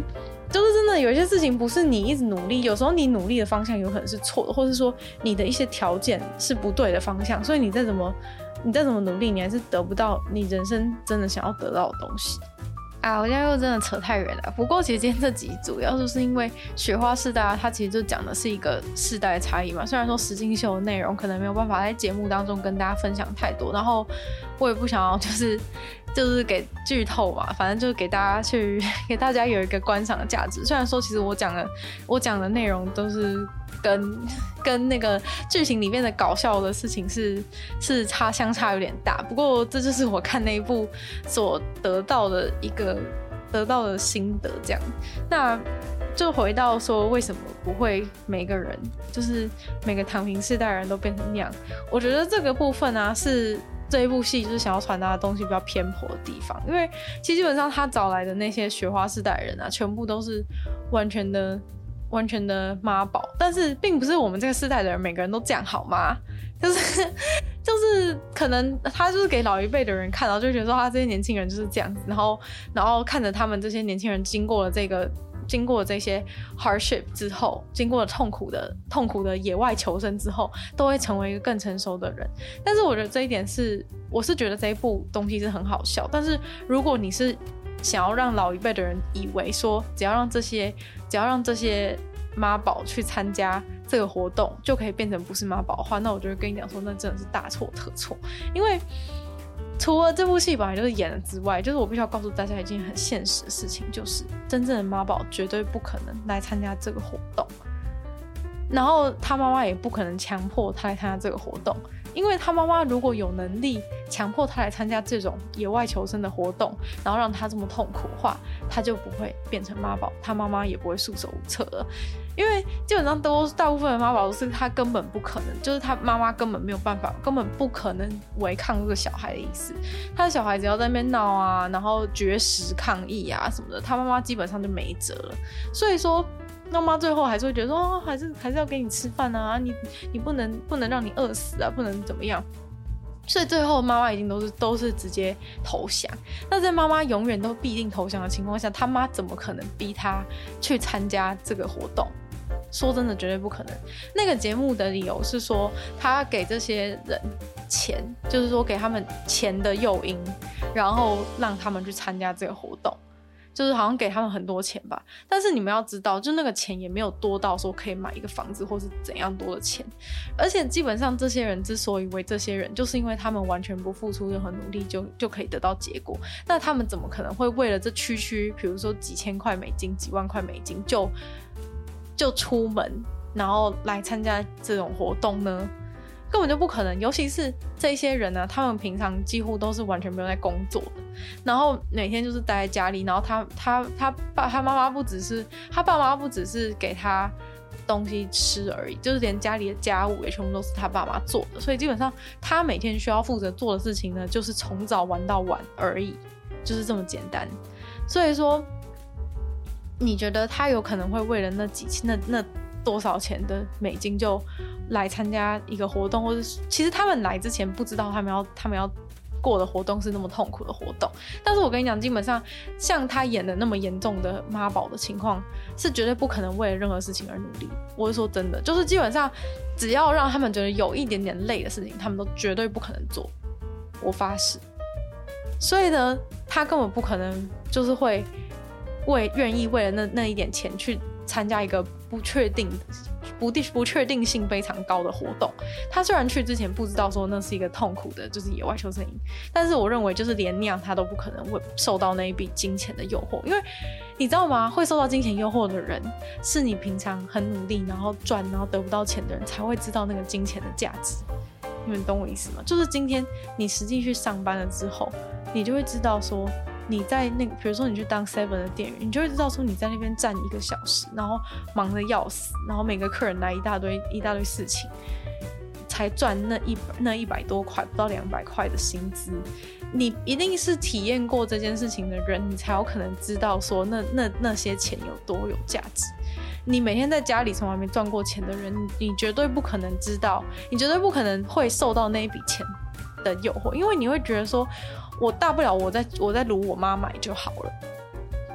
就是真的有一些事情不是你一直努力，有时候你努力的方向有可能是错的，或是说你的一些条件是不对的方向，所以你再怎么你再怎么努力，你还是得不到你人生真的想要得到的东西啊！我现在又真的扯太远了。不过其实今天这集主要就是因为雪花世代啊，它其实就讲的是一个世代的差异嘛。虽然说实境秀的内容可能没有办法在节目当中跟大家分享太多，然后我也不想要就是就是给剧透嘛，反正就是给大家去给大家有一个观赏的价值。虽然说其实我讲的我讲的内容都是跟跟那个剧情里面的搞笑的事情是是差相差有点大，不过这就是我看那一部所得到的一个得到的心得这样。那就回到说为什么不会每个人就是每个躺平世代人都变成那样，我觉得这个部分啊是这一部戏就是想要传达的东西比较偏颇的地方。因为其实基本上他找来的那些雪花世代人啊，全部都是完全的完全的妈宝，但是并不是我们这个世代的人每个人都这样好吗？就是就是可能他就是给老一辈的人看，然后就觉得说他这些年轻人就是这样子，然后然后看着他们这些年轻人经过了这个经过了这些 hardship 之后，经过了痛苦的痛苦的野外求生之后，都会成为一个更成熟的人。但是我觉得这一点是，我是觉得这一部东西是很好笑。但是如果你是想要让老一辈的人以为说，只要让这些只要让这些妈宝去参加这个活动，就可以变成不是妈宝的话，那我就会跟你讲说，那真的是大错特错。因为除了这部戏本来就是演了之外，就是我必须要告诉大家一件很现实的事情，就是真正的妈宝绝对不可能来参加这个活动，然后他妈妈也不可能强迫他来参加这个活动。因为他妈妈如果有能力强迫他来参加这种野外求生的活动，然后让他这么痛苦的话，他就不会变成妈宝，他妈妈也不会束手无策了。因为基本上都大部分的妈宝都是他根本不可能，就是他妈妈根本没有办法，根本不可能违抗这个小孩的意思。他的小孩只要在那边闹啊，然后绝食抗议啊什么的，他妈妈基本上就没辙了。所以说妈妈最后还是会觉得说，哦，还是还是要给你吃饭啊，你你不能不能让你饿死啊，不能怎么样。所以最后妈妈一定都是都是直接投降。那在妈妈永远都必定投降的情况下，他妈怎么可能逼他去参加这个活动？说真的，绝对不可能。那个节目的理由是说，他给这些人钱，就是说给他们钱的诱因，然后让他们去参加这个活动。就是好像给他们很多钱吧，但是你们要知道，就那个钱也没有多到说可以买一个房子或是怎样多的钱。而且基本上这些人之所以为这些人，就是因为他们完全不付出任何努力就就可以得到结果。那他们怎么可能会为了这区区比如说几千块美金几万块美金就就出门然后来参加这种活动呢？根本就不可能。尤其是这些人呢，他们平常几乎都是完全没有在工作的，然后每天就是待在家里，然后他他他爸他妈妈不只是他爸妈不只是给他东西吃而已，就是连家里的家务也全部都是他爸妈做的。所以基本上他每天需要负责做的事情呢，就是从早玩到晚而已，就是这么简单。所以说你觉得他有可能会为了那几那那多少钱的美金就来参加一个活动，或者其实他们来之前不知道他们要他们要过的活动是那么痛苦的活动。但是我跟你讲，基本上像他演的那么严重的妈宝的情况，是绝对不可能为了任何事情而努力。我是说真的，就是基本上只要让他们觉得有一点点累的事情，他们都绝对不可能做，我发誓。所以呢，他根本不可能就是会为愿意为了那那一点钱去参加一个不确定不不确定性非常高的活动。他虽然去之前不知道说那是一个痛苦的就是野外求生营，但是我认为就是连那样他都不可能会受到那一笔金钱的诱惑。因为你知道吗，会受到金钱诱惑的人是你平常很努力然后赚然后得不到钱的人才会知道那个金钱的价值。你们懂我意思吗？就是今天你实际去上班了之后，你就会知道说你在那个，比如说你去当 seven 的店员，你就会知道说你在那边站一个小时，然后忙得要死，然后每个客人来一大堆一大堆事情，才赚那一那一百多块，不到两百块的薪资。你一定是体验过这件事情的人，你才有可能知道说那那那些钱有多有价值。你每天在家里从来没赚过钱的人，你绝对不可能知道，你绝对不可能会受到那一笔钱的诱惑，因为你会觉得说，我大不了我在我在撸我妈买就好了。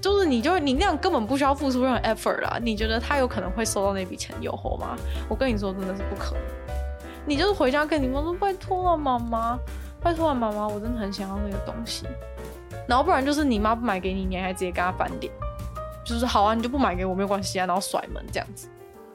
就是你就你那样根本不需要付出任何 effort 啦。你觉得他有可能会收到那笔钱诱惑吗？我跟你说，真的是不可能。你就是回家跟你妈说，拜托了妈妈，拜托了妈妈，我真的很想要那个东西。然后不然就是你妈不买给你，你还直接跟她翻脸，就是好啊，你就不买给我没有关系啊，然后甩门这样子。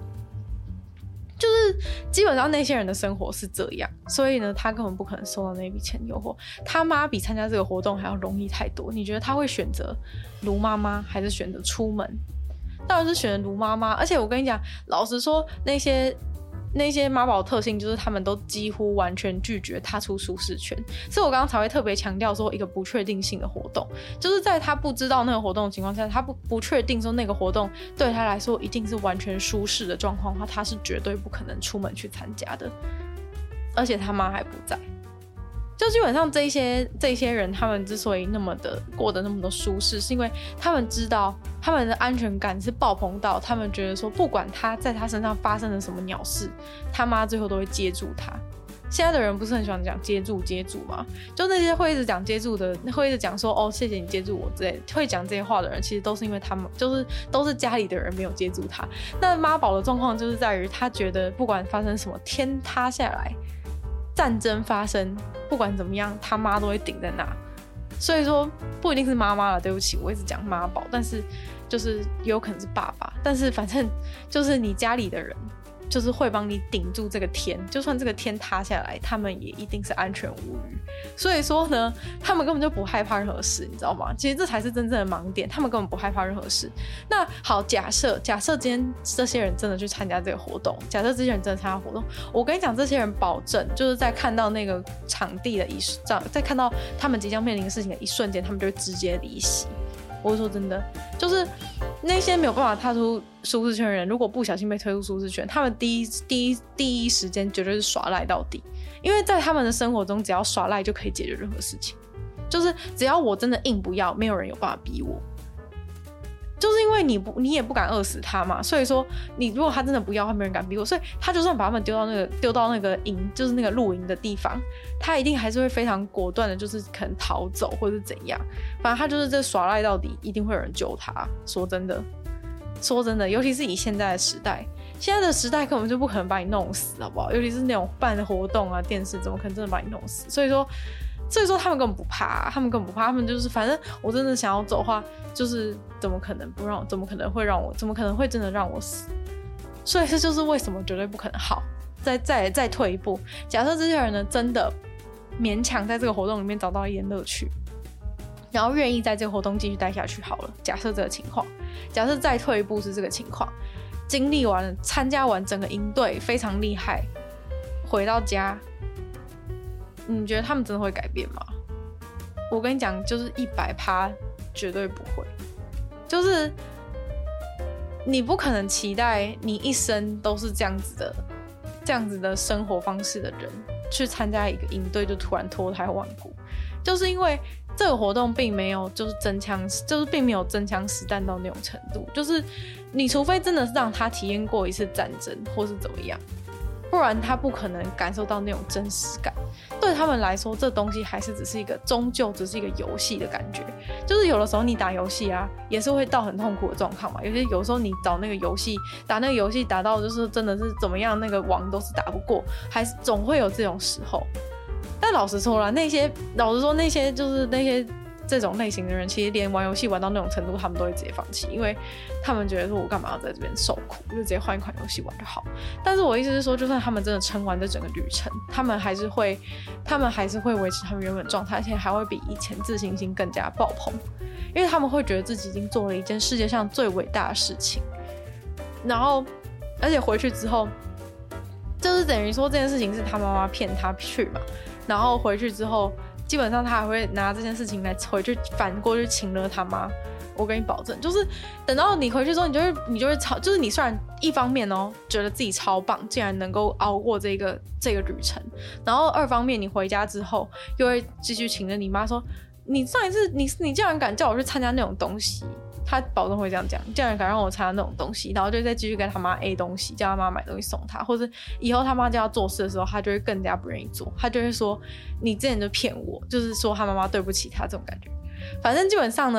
就是基本上那些人的生活是这样，所以呢，他根本不可能收到那笔钱诱惑。他妈比参加这个活动还要容易太多。你觉得他会选择卢妈妈，还是选择出门？当然是选择卢妈妈。而且我跟你讲，老实说，那些那些妈宝特性就是他们都几乎完全拒绝踏出舒适圈，所以我刚刚才会特别强调说一个不确定性的活动，就是在他不知道那个活动的情况下，他不不确定说那个活动对他来说一定是完全舒适的状况的话，他是绝对不可能出门去参加的，而且他妈还不在。就基本上这些这些人，他们之所以那么的过得那么的舒适，是因为他们知道他们的安全感是爆棚到，他们觉得说不管他在他身上发生了什么鸟事，他妈最后都会接住他。现在的人不是很喜欢讲接住接住吗？就那些会一直讲接住的，会一直讲说哦谢谢你接住我之类的，会讲这些话的人，其实都是因为他们就是都是家里的人没有接住他。那妈宝的状况就是在于他觉得不管发生什么天塌下来，战争发生，不管怎么样，他妈都会顶在那。所以说不一定是妈妈了，对不起，我一直讲妈宝，但是就是也有可能是爸爸，但是反正就是你家里的人就是会帮你顶住这个天，就算这个天塌下来，他们也一定是安全无虞。所以说呢，他们根本就不害怕任何事，你知道吗？其实这才是真正的盲点，他们根本不害怕任何事。那好，假设假设今天这些人真的去参加这个活动，假设这些人真的参加活动，我跟你讲，这些人保证就是在看到那个场地的一在看到他们即将面临的事情的一瞬间，他们就会直接离席。我说真的，就是那些没有办法踏出舒适圈的人，如果不小心被推出舒适圈，他们第一第一第一时间绝对是耍赖到底，因为在他们的生活中，只要耍赖就可以解决任何事情，就是只要我真的硬不要，没有人有办法逼我。就是因为你不，你也不敢饿死他嘛，所以说你如果他真的不要，他没人敢逼我，所以他就算把他们丢到那个丢到那个营，就是那个露营的地方，他一定还是会非常果断的，就是可能逃走或者是怎样，反正他就是这耍赖到底，一定会有人救他。说真的，说真的，尤其是以现在的时代，现在的时代根本就不可能把你弄死，好不好？尤其是那种办的活动啊，电视怎么可能真的把你弄死？所以说。所以说他们根本不怕、啊，他们根本不怕，他们就是反正我真的想要走的话，就是怎么可能不让，怎么可能会让我，怎么可能会真的让我死？所以这就是为什么绝对不可能。好，再再再退一步，假设这些人呢真的勉强在这个活动里面找到一点乐趣，然后愿意在这个活动继续待下去好了。假设这个情况，假设再退一步是这个情况，经历完参加完整个营队非常厉害，回到家。你觉得他们真的会改变吗？我跟你讲，就是一百趴绝对不会。就是你不可能期待你一生都是这样子的、这样子的生活方式的人，去参加一个营队就突然脱胎换骨，就是因为这个活动并没有就是真枪，就是并没有真枪实弹到那种程度。就是你除非真的是让他体验过一次战争，或是怎么样。不然他不可能感受到那种真实感。对他们来说，这东西还是只是一个，终究只是一个游戏的感觉。就是有的时候你打游戏啊，也是会到很痛苦的状况嘛。有些有时候你找那个游戏，打那个游戏打到就是真的是怎么样，那个王都是打不过，还是总会有这种时候。但老实说啦，那些老实说那些就是那些。这种类型的人其实连玩游戏玩到那种程度他们都会直接放弃，因为他们觉得说我干嘛要在这边受苦，就直接换一款游戏玩就好。但是我意思是说，就算他们真的撑完这整个旅程，他们还是会他们还是会维持他们原本的状态，而且还会比以前自信心更加爆棚，因为他们会觉得自己已经做了一件世界上最伟大的事情。然后而且回去之后就是等于说这件事情是他妈妈骗他去嘛，然后回去之后基本上他还会拿这件事情来回去反过去请了他妈。我跟你保证，就是等到你回去之后，你就会你就会超，就是你虽然一方面哦觉得自己超棒，竟然能够熬过这个这个旅程，然后二方面你回家之后又会继续请着你妈说，你上一次你你竟然敢叫我去参加那种东西，他保证会这样讲，竟然敢让我参加那种东西，然后就再继续跟他妈 A 东西，叫他妈买东西送他，或者以后他妈叫他做事的时候，他就会更加不愿意做，他就会说你之前就骗我，就是说他妈妈对不起他这种感觉。反正基本上呢，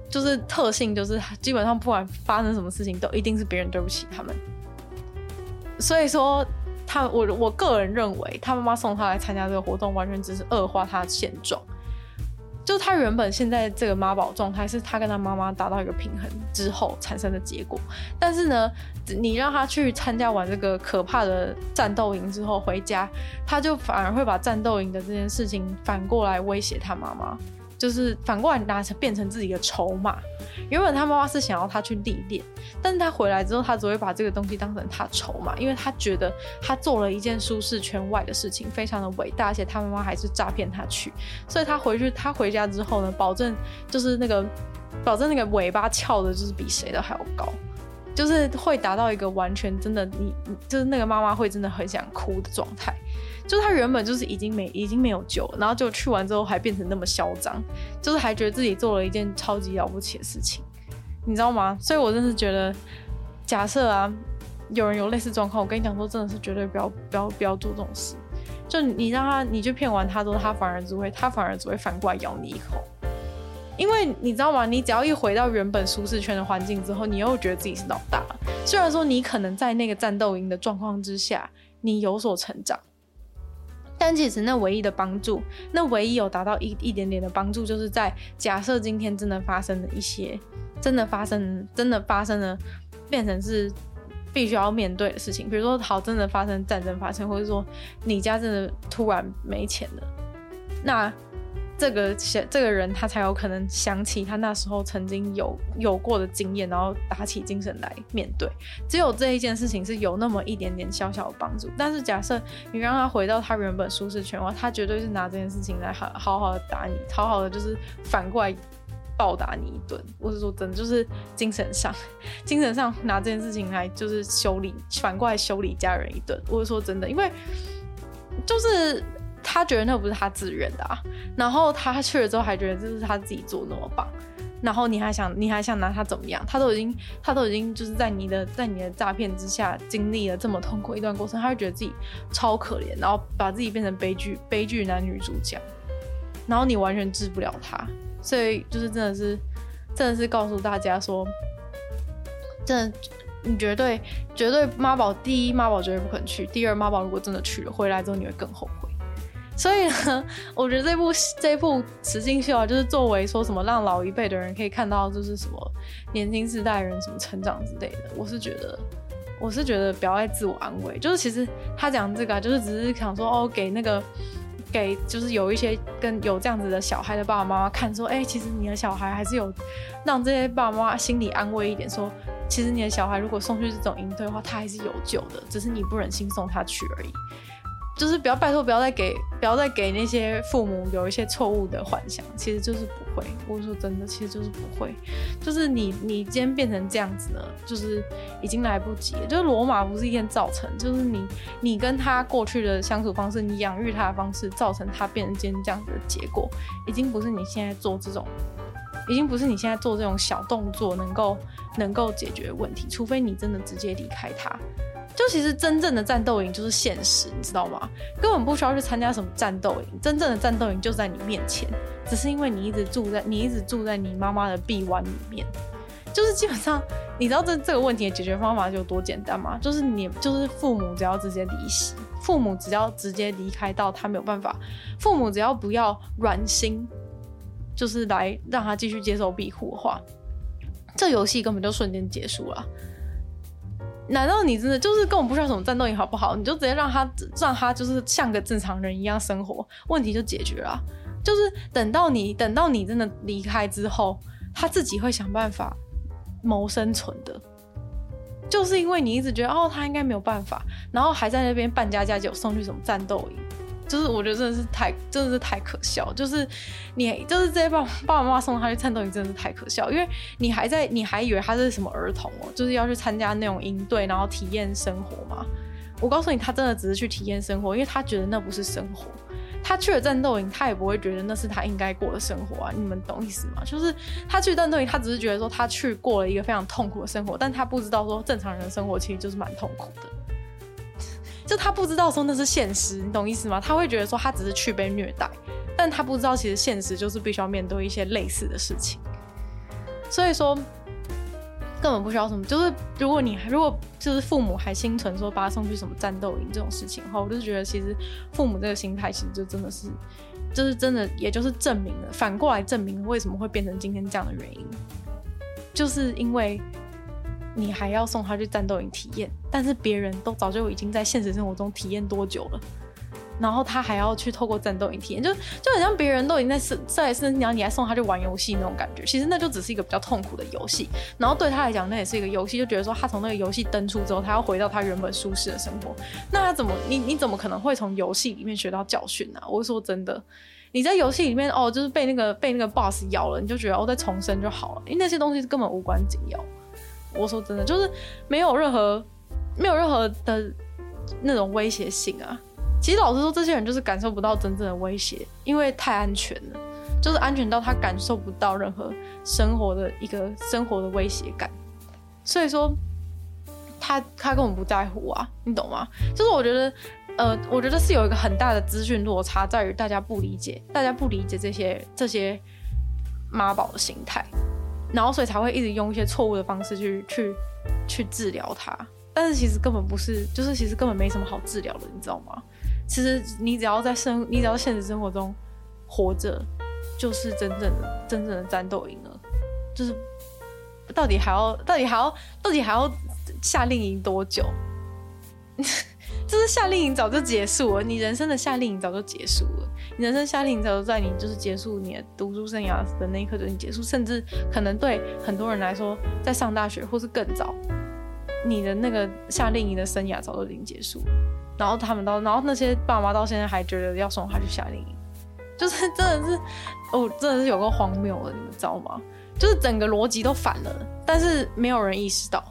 就是特性，就是基本上不管发生什么事情，都一定是别人对不起他们。所以说他我我个人认为，他妈妈送他来参加这个活动，完全只是恶化他的现状。就他原本现在这个妈宝状态是他跟他妈妈达到一个平衡之后产生的结果，但是呢，你让他去参加完这个可怕的战斗营之后回家，他就反而会把战斗营的这件事情反过来威胁他妈妈，就是反过来拿成变成自己的筹码。原本他妈妈是想要他去历练，但是他回来之后，他只会把这个东西当成他的筹码，因为他觉得他做了一件舒适圈外的事情，非常的伟大，而且他妈妈还是诈骗他去，所以他回去，他回家之后呢，保证就是那个，保证那个尾巴翘的，就是比谁都还要高，就是会达到一个完全真的你，就是那个妈妈会真的很想哭的状态。就是他原本就是已经没已经没有救了，然后就去完之后还变成那么嚣张，就是还觉得自己做了一件超级了不起的事情，你知道吗？所以我真是觉得，假设啊有人有类似状况，我跟你讲说，真的是绝对不要不要不要做这种事。就你让他，你去骗完他之后，他反而只会他反而只会反过来咬你一口，因为你知道吗？你只要一回到原本舒适圈的环境之后，你又觉得自己是老大了。虽然说你可能在那个战斗营的状况之下，你有所成长。但其实那唯一的帮助，那唯一有达到一一点点的帮助，就是在假设今天真的发生了一些，真的发生，真的发生了，变成是必须要面对的事情，比如说好，真的发生战争发生，或者说你家真的突然没钱了，那这个这个人他才有可能想起他那时候曾经有有过的经验，然后打起精神来面对。只有这一件事情是有那么一点点小小的帮助，但是假设你让他回到他原本舒适圈的话，他绝对是拿这件事情来好好好的打你，好好的就是反过来暴打你一顿。我是说真的，就是精神上精神上拿这件事情来就是修理，反过来修理家人一顿。我是说真的，因为就是他觉得那不是他自愿的啊，然后他去了之后还觉得这是他自己做那么棒，然后你还想你还想拿他怎么样？他都已经他都已经就是在你的在你的诈骗之下经历了这么痛苦一段过程，他会觉得自己超可怜，然后把自己变成悲剧悲剧男女主角，然后你完全治不了他，所以就是真的是真的是告诉大家说，真的。你绝对绝对妈宝，第一妈宝绝对不可能去，第二妈宝如果真的去了，回来之后你会更后悔。所以呢，我觉得这部这部实境秀啊，就是作为说什么让老一辈的人可以看到，就是什么年轻世代人什么成长之类的。我是觉得，我是觉得不要再自我安慰。就是其实他讲这个、啊，就是只是想说哦，给那个给就是有一些跟有这样子的小孩的爸爸妈妈看，说，哎、欸，其实你的小孩还是有让这些爸爸妈妈心里安慰一点，说。其实你的小孩如果送去这种营队的话，他还是有救的，只是你不忍心送他去而已。就是不要拜托，不要再给不要再给那些父母有一些错误的幻想，其实就是不会。我说真的，其实就是不会。就是你你今天变成这样子呢，就是已经来不及了。就是罗马不是一天造成，就是你你跟他过去的相处方式，你养育他的方式，造成他变成今天这样子的结果，已经不是你现在做这种。已经不是你现在做这种小动作能够能够解决问题，除非你真的直接离开它。就其实真正的战斗营就是现实，你知道吗？根本不需要去参加什么战斗营，真正的战斗营就在你面前，只是因为你一直住在你一直住在你妈妈的臂弯里面。就是基本上，你知道这这个问题的解决方法有多简单吗？就是你就是父母只要直接离席，父母只要直接离开到他没有办法，父母只要不要软心。就是来让他继续接受庇护的话，这游戏根本就瞬间结束了。难道你真的就是根本不需要什么战斗营好不好？你就直接让他让他就是像个正常人一样生活，问题就解决了。就是等到你等到你真的离开之后，他自己会想办法谋生存的。就是因为你一直觉得哦他应该没有办法，然后还在那边扮家家酒送去什么战斗营。就是我觉得真的是太真的是太可笑，就是你就是这些爸爸爸妈妈送他去战斗营真的是太可笑，因为你还在你还以为他是什么儿童哦，就是要去参加那种营队，然后体验生活嘛。我告诉你，他真的只是去体验生活，因为他觉得那不是生活。他去了战斗营，他也不会觉得那是他应该过的生活啊，你们懂意思吗？就是他去战斗营，他只是觉得说他去过了一个非常痛苦的生活，但他不知道说正常人的生活其实就是蛮痛苦的。就他不知道说那是现实，你懂意思吗？他会觉得说他只是去被虐待，但他不知道其实现实就是必须要面对一些类似的事情。 所以说根本不需要什么，就是如果你如果就是父母还心存说把他送去什么战斗营这种事情的话，我就觉得其实父母这个心态其实就真的是就是真的也就是证明了反过来证明了为什么会变成今天这样的原因，就是因为你还要送他去战斗营体验，但是别人都早就已经在现实生活中体验多久了，然后他还要去透过战斗营体验，就就很像别人都已经在在是你要你还送他去玩游戏那种感觉，其实那就只是一个比较痛苦的游戏，然后对他来讲那也是一个游戏，就觉得说他从那个游戏登出之后，他要回到他原本舒适的生活，那他怎么你你怎么可能会从游戏里面学到教训啊？我是说真的，你在游戏里面哦，就是被那个被那个 boss 咬了，你就觉得哦再重生就好了，因为那些东西根本无关紧要。我说真的，就是没有任何没有任何的那种威胁性啊。其实老实说，这些人就是感受不到真正的威胁，因为太安全了，就是安全到他感受不到任何生活的一个生活的威胁感，所以说他他根本不在乎啊，你懂吗？就是我觉得，呃，我觉得是有一个很大的资讯落差，在于大家不理解，大家不理解这些这些妈宝的心态，然后所以才会一直用一些错误的方式去去去治疗他，但是其实根本不是，就是其实根本没什么好治疗的，你知道吗？其实你只要在生，你只要在现实生活中活着，就是真正的真正的战斗营了。就是到底还要到底还要到底还要夏令营多久？就是夏令营早就结束了，你人生的夏令营早就结束了，你人生夏令营早就在你就是结束你的读书生涯的那一刻就已经结束，甚至可能对很多人来说，在上大学或是更早，你的那个夏令营的生涯早就已经结束了。然后他们到，然后那些爸妈到现在还觉得要送他去夏令营，就是真的是，哦，真的是有个荒谬的，你们知道吗？就是整个逻辑都反了，但是没有人意识到。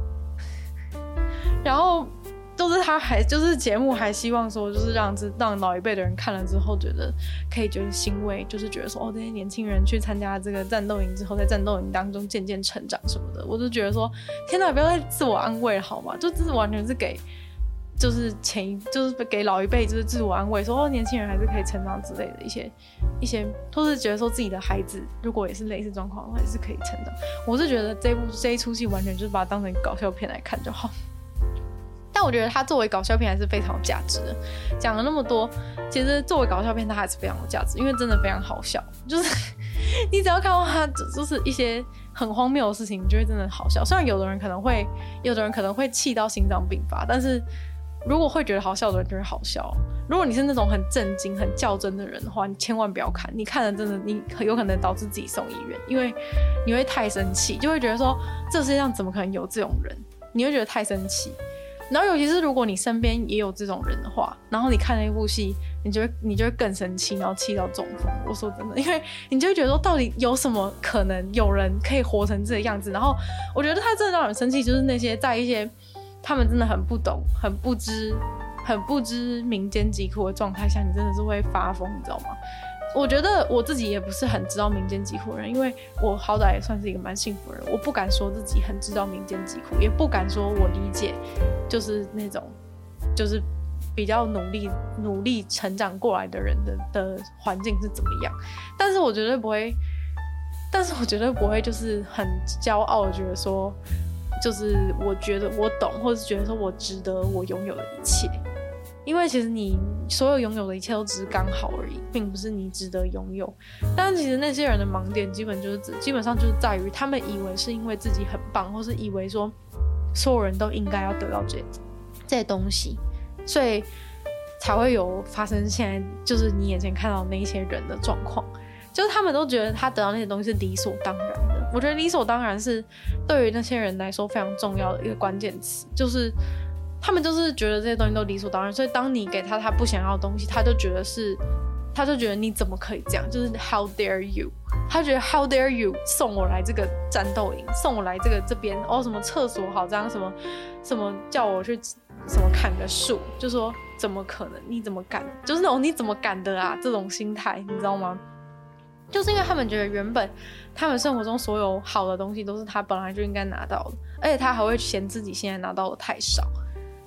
然后就是他还就是节目还希望说，就是让让老一辈的人看了之后觉得可以觉得欣慰，就是觉得说哦，这些年轻人去参加这个战斗营之后，在战斗营当中渐渐成长什么的，我就觉得说，天哪，不要再自我安慰了好吗？就这是完全是给。就是前一就是给老一辈就是自我安慰说哦年轻人还是可以成长之类的一些一些，或是觉得说自己的孩子如果也是类似状况的话也是可以成长。我是觉得这部这一出戏完全就是把它当成搞笑片来看就好，但我觉得它作为搞笑片还是非常有价值的。讲了那么多，其实作为搞笑片它还是非常有价值，因为真的非常好笑，就是你只要看到它就是一些很荒谬的事情，你就会真的好笑。虽然有的人可能会有的人可能会气到心脏病发，但是如果会觉得好笑的人就会好笑。如果你是那种很震惊很较真的人的话，你千万不要看，你看了真的你有可能导致自己送医院，因为你会太生气，就会觉得说这世界上怎么可能有这种人，你会觉得太生气。然后尤其是如果你身边也有这种人的话，然后你看了一部戏，你就会你就会更生气，然后气到中风。我说真的，因为你就会觉得说到底有什么可能有人可以活成这个样子。然后我觉得他真的让人生气，就是那些在一些他们真的很不懂很不知很不知民间疾苦的状态下，你真的是会发疯，你知道吗？我觉得我自己也不是很知道民间疾苦的人，因为我好歹也算是一个蛮幸福的人，我不敢说自己很知道民间疾苦，也不敢说我理解就是那种就是比较努力努力成长过来的人的的环境是怎么样，但是我绝对不会但是我绝对不会就是很骄傲的觉得说就是我觉得我懂，或者是觉得说我值得我拥有的一切，因为其实你所有拥有的一切都只是刚好而已，并不是你值得拥有。但其实那些人的盲点基本就是基本上就是在于他们以为是因为自己很棒，或是以为说所有人都应该要得到这些这些东西，所以才会有发生现在就是你眼前看到那一些人的状况，就是他们都觉得他得到那些东西是理所当然的。我觉得理所当然是对于那些人来说非常重要的一个关键词，就是他们就是觉得这些东西都理所当然，所以当你给他他不想要的东西，他就觉得是他就觉得你怎么可以这样，就是 how dare you， 他觉得 how dare you 送我来这个战斗营，送我来这个这边哦什么厕所好脏，什么什么叫我去什么砍个树，就说怎么可能，你怎么敢，就是那种你怎么敢的啊，这种心态你知道吗？就是因为他们觉得原本他们生活中所有好的东西都是他本来就应该拿到的，而且他还会嫌自己现在拿到的太少，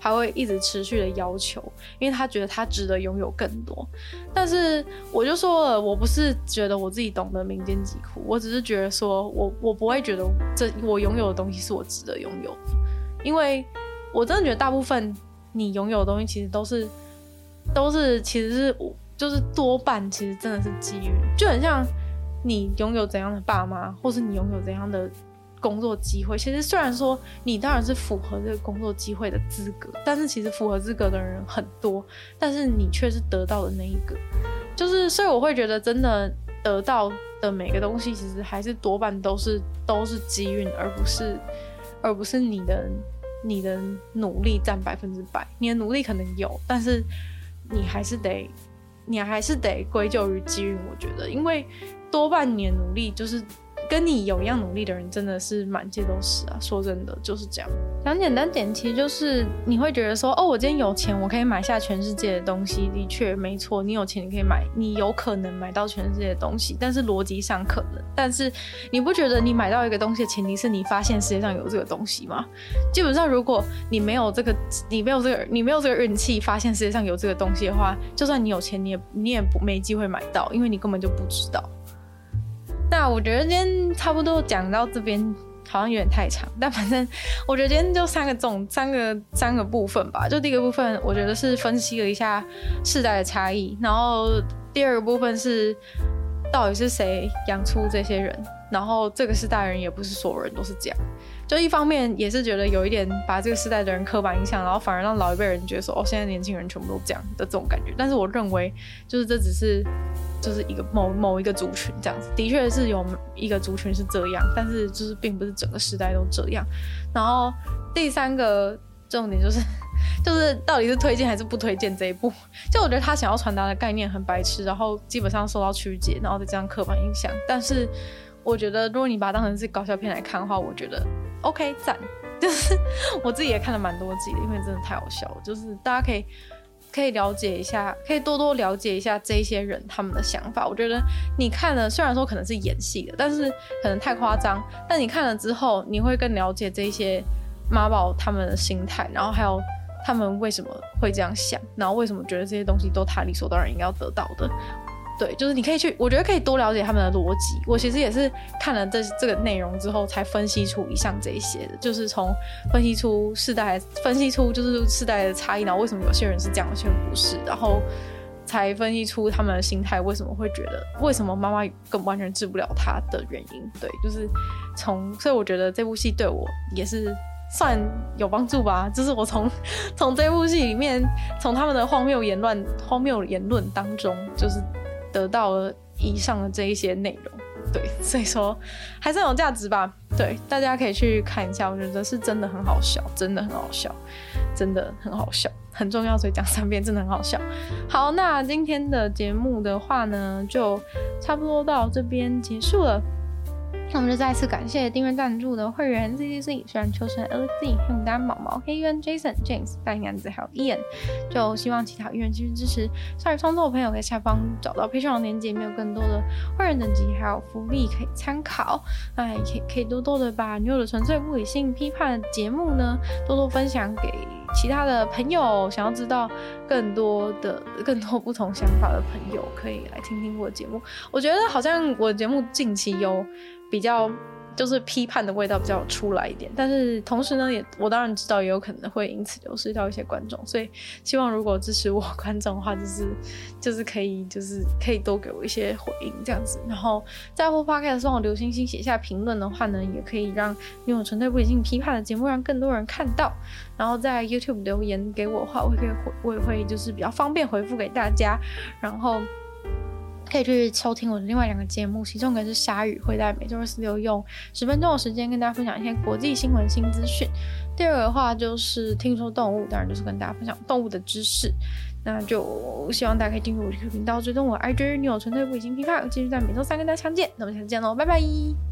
他会一直持续的要求，因为他觉得他值得拥有更多。但是我就说了，我不是觉得我自己懂得民间疾苦，我只是觉得说我我不会觉得这我拥有的东西是我值得拥有的，因为我真的觉得大部分你拥有的东西其实都是都是其实是就是多半其实真的是机遇，就很像你拥有怎样的爸妈，或是你拥有怎样的工作机会，其实虽然说你当然是符合这个工作机会的资格，但是其实符合资格的人很多，但是你却是得到的那一个，就是所以我会觉得真的得到的每个东西其实还是多半都是都是机运，而不是而不是你的你的努力占百分之百，你的努力可能有，但是你还是得你还是得归咎于机运，我觉得，因为多半你的努力就是跟你有一样努力的人真的是满街都是啊，说真的就是这样。讲简单点，其实就是你会觉得说，哦，我今天有钱，我可以买下全世界的东西，的确没错，你有钱你可以买，你有可能买到全世界的东西，但是逻辑上可能，但是你不觉得你买到一个东西的前提是你发现世界上有这个东西吗？基本上如果你没有这个你没有这个你没有这个运气发现世界上有这个东西的话，就算你有钱你也你也不没机会买到，因为你根本就不知道。那我觉得今天差不多讲到这边好像有点太长，但反正我觉得今天就三个总三个三个部分吧。就第一个部分我觉得是分析了一下世代的差异，然后第二个部分是到底是谁养出这些人，然后这个世代人也不是所有人都是这样，就一方面也是觉得有一点把这个世代的人刻板印象，然后反而让老一辈人觉得说，哦，现在年轻人全部都这样的这种感觉。但是我认为就是这只是就是一个某某一个族群这样子，的确是有一个族群是这样，但是就是并不是整个时代都这样。然后第三个重点就是就是到底是推荐还是不推荐这一部，就我觉得他想要传达的概念很白痴，然后基本上受到曲解，然后再这样刻板印象。但是我觉得如果你把它当成是搞笑片来看的话，我觉得 OK 赞，就是我自己也看了蛮多集的，因为真的太好笑了，就是大家可以可以了解一下，可以多多了解一下这一些人他们的想法。我觉得你看了，虽然说可能是演戏的，但是可能太夸张，但你看了之后你会更了解这一些妈宝他们的心态，然后还有他们为什么会这样想，然后为什么觉得这些东西都他理所当然应该要得到的。对，就是你可以去，我觉得可以多了解他们的逻辑。我其实也是看了这这个内容之后，才分析出以上这一些的，就是从分析出世代，分析出就是世代的差异，然后为什么有些人是这样，有些人不是，然后才分析出他们的心态为什么会觉得，为什么妈妈更完全治不了他的原因。对，就是从，所以我觉得这部戏对我也是算有帮助吧，就是我从从这部戏里面，从他们的荒谬言论、荒谬言论当中，就是得到了以上的这一些内容。对，所以说还是很有价值吧。对，大家可以去看一下，我觉得是真的很好笑，真的很好笑，真的很好笑，很重要，所以讲三遍，真的很好笑。好，那今天的节目的话呢，就差不多到这边结束了。那我们就再次感谢订阅赞助的会员 C C C、虽然秋生、Alex Z、黑牡丹、毛毛、黑渊、Jason、James、大男子还有 Ian。就希望其他意愿继续支持鲨鱼创作的朋友，在下方找到 Patreon 的链接，里面有更多的会员等级还有福利可以参考。那也可以可以多多的把女友的纯粹不理性批判的节目呢，多多分享给其他的朋友，想要知道更多的更多不同想法的朋友，可以来听听我的节目。我觉得好像我的节目近期有比较就是批判的味道比较出来一点，但是同时呢，也我当然知道也有可能会因此流失到一些观众，所以希望如果支持我观众的话，就是就是可以就是可以多给我一些回应这样子。然后在Apple Podcast帮我留星星写下评论的话呢，也可以让拥有纯粹不理性批判的节目让更多人看到。然后在 YouTube 留言给我的话，我也可以回我也会就是比较方便回复给大家。然后可以去收听我的另外两个节目，其中一个是鲨鱼，会在每周二、四、六用十分钟的时间跟大家分享一些国际新闻、新资讯。第二个的话就是听说动物，当然就是跟大家分享动物的知识。那就希望大家可以订阅我的频道，追踪我的 I G 女友纯粹不理性批判，继续在每周三跟大家相见。那我们下次见喽，拜拜。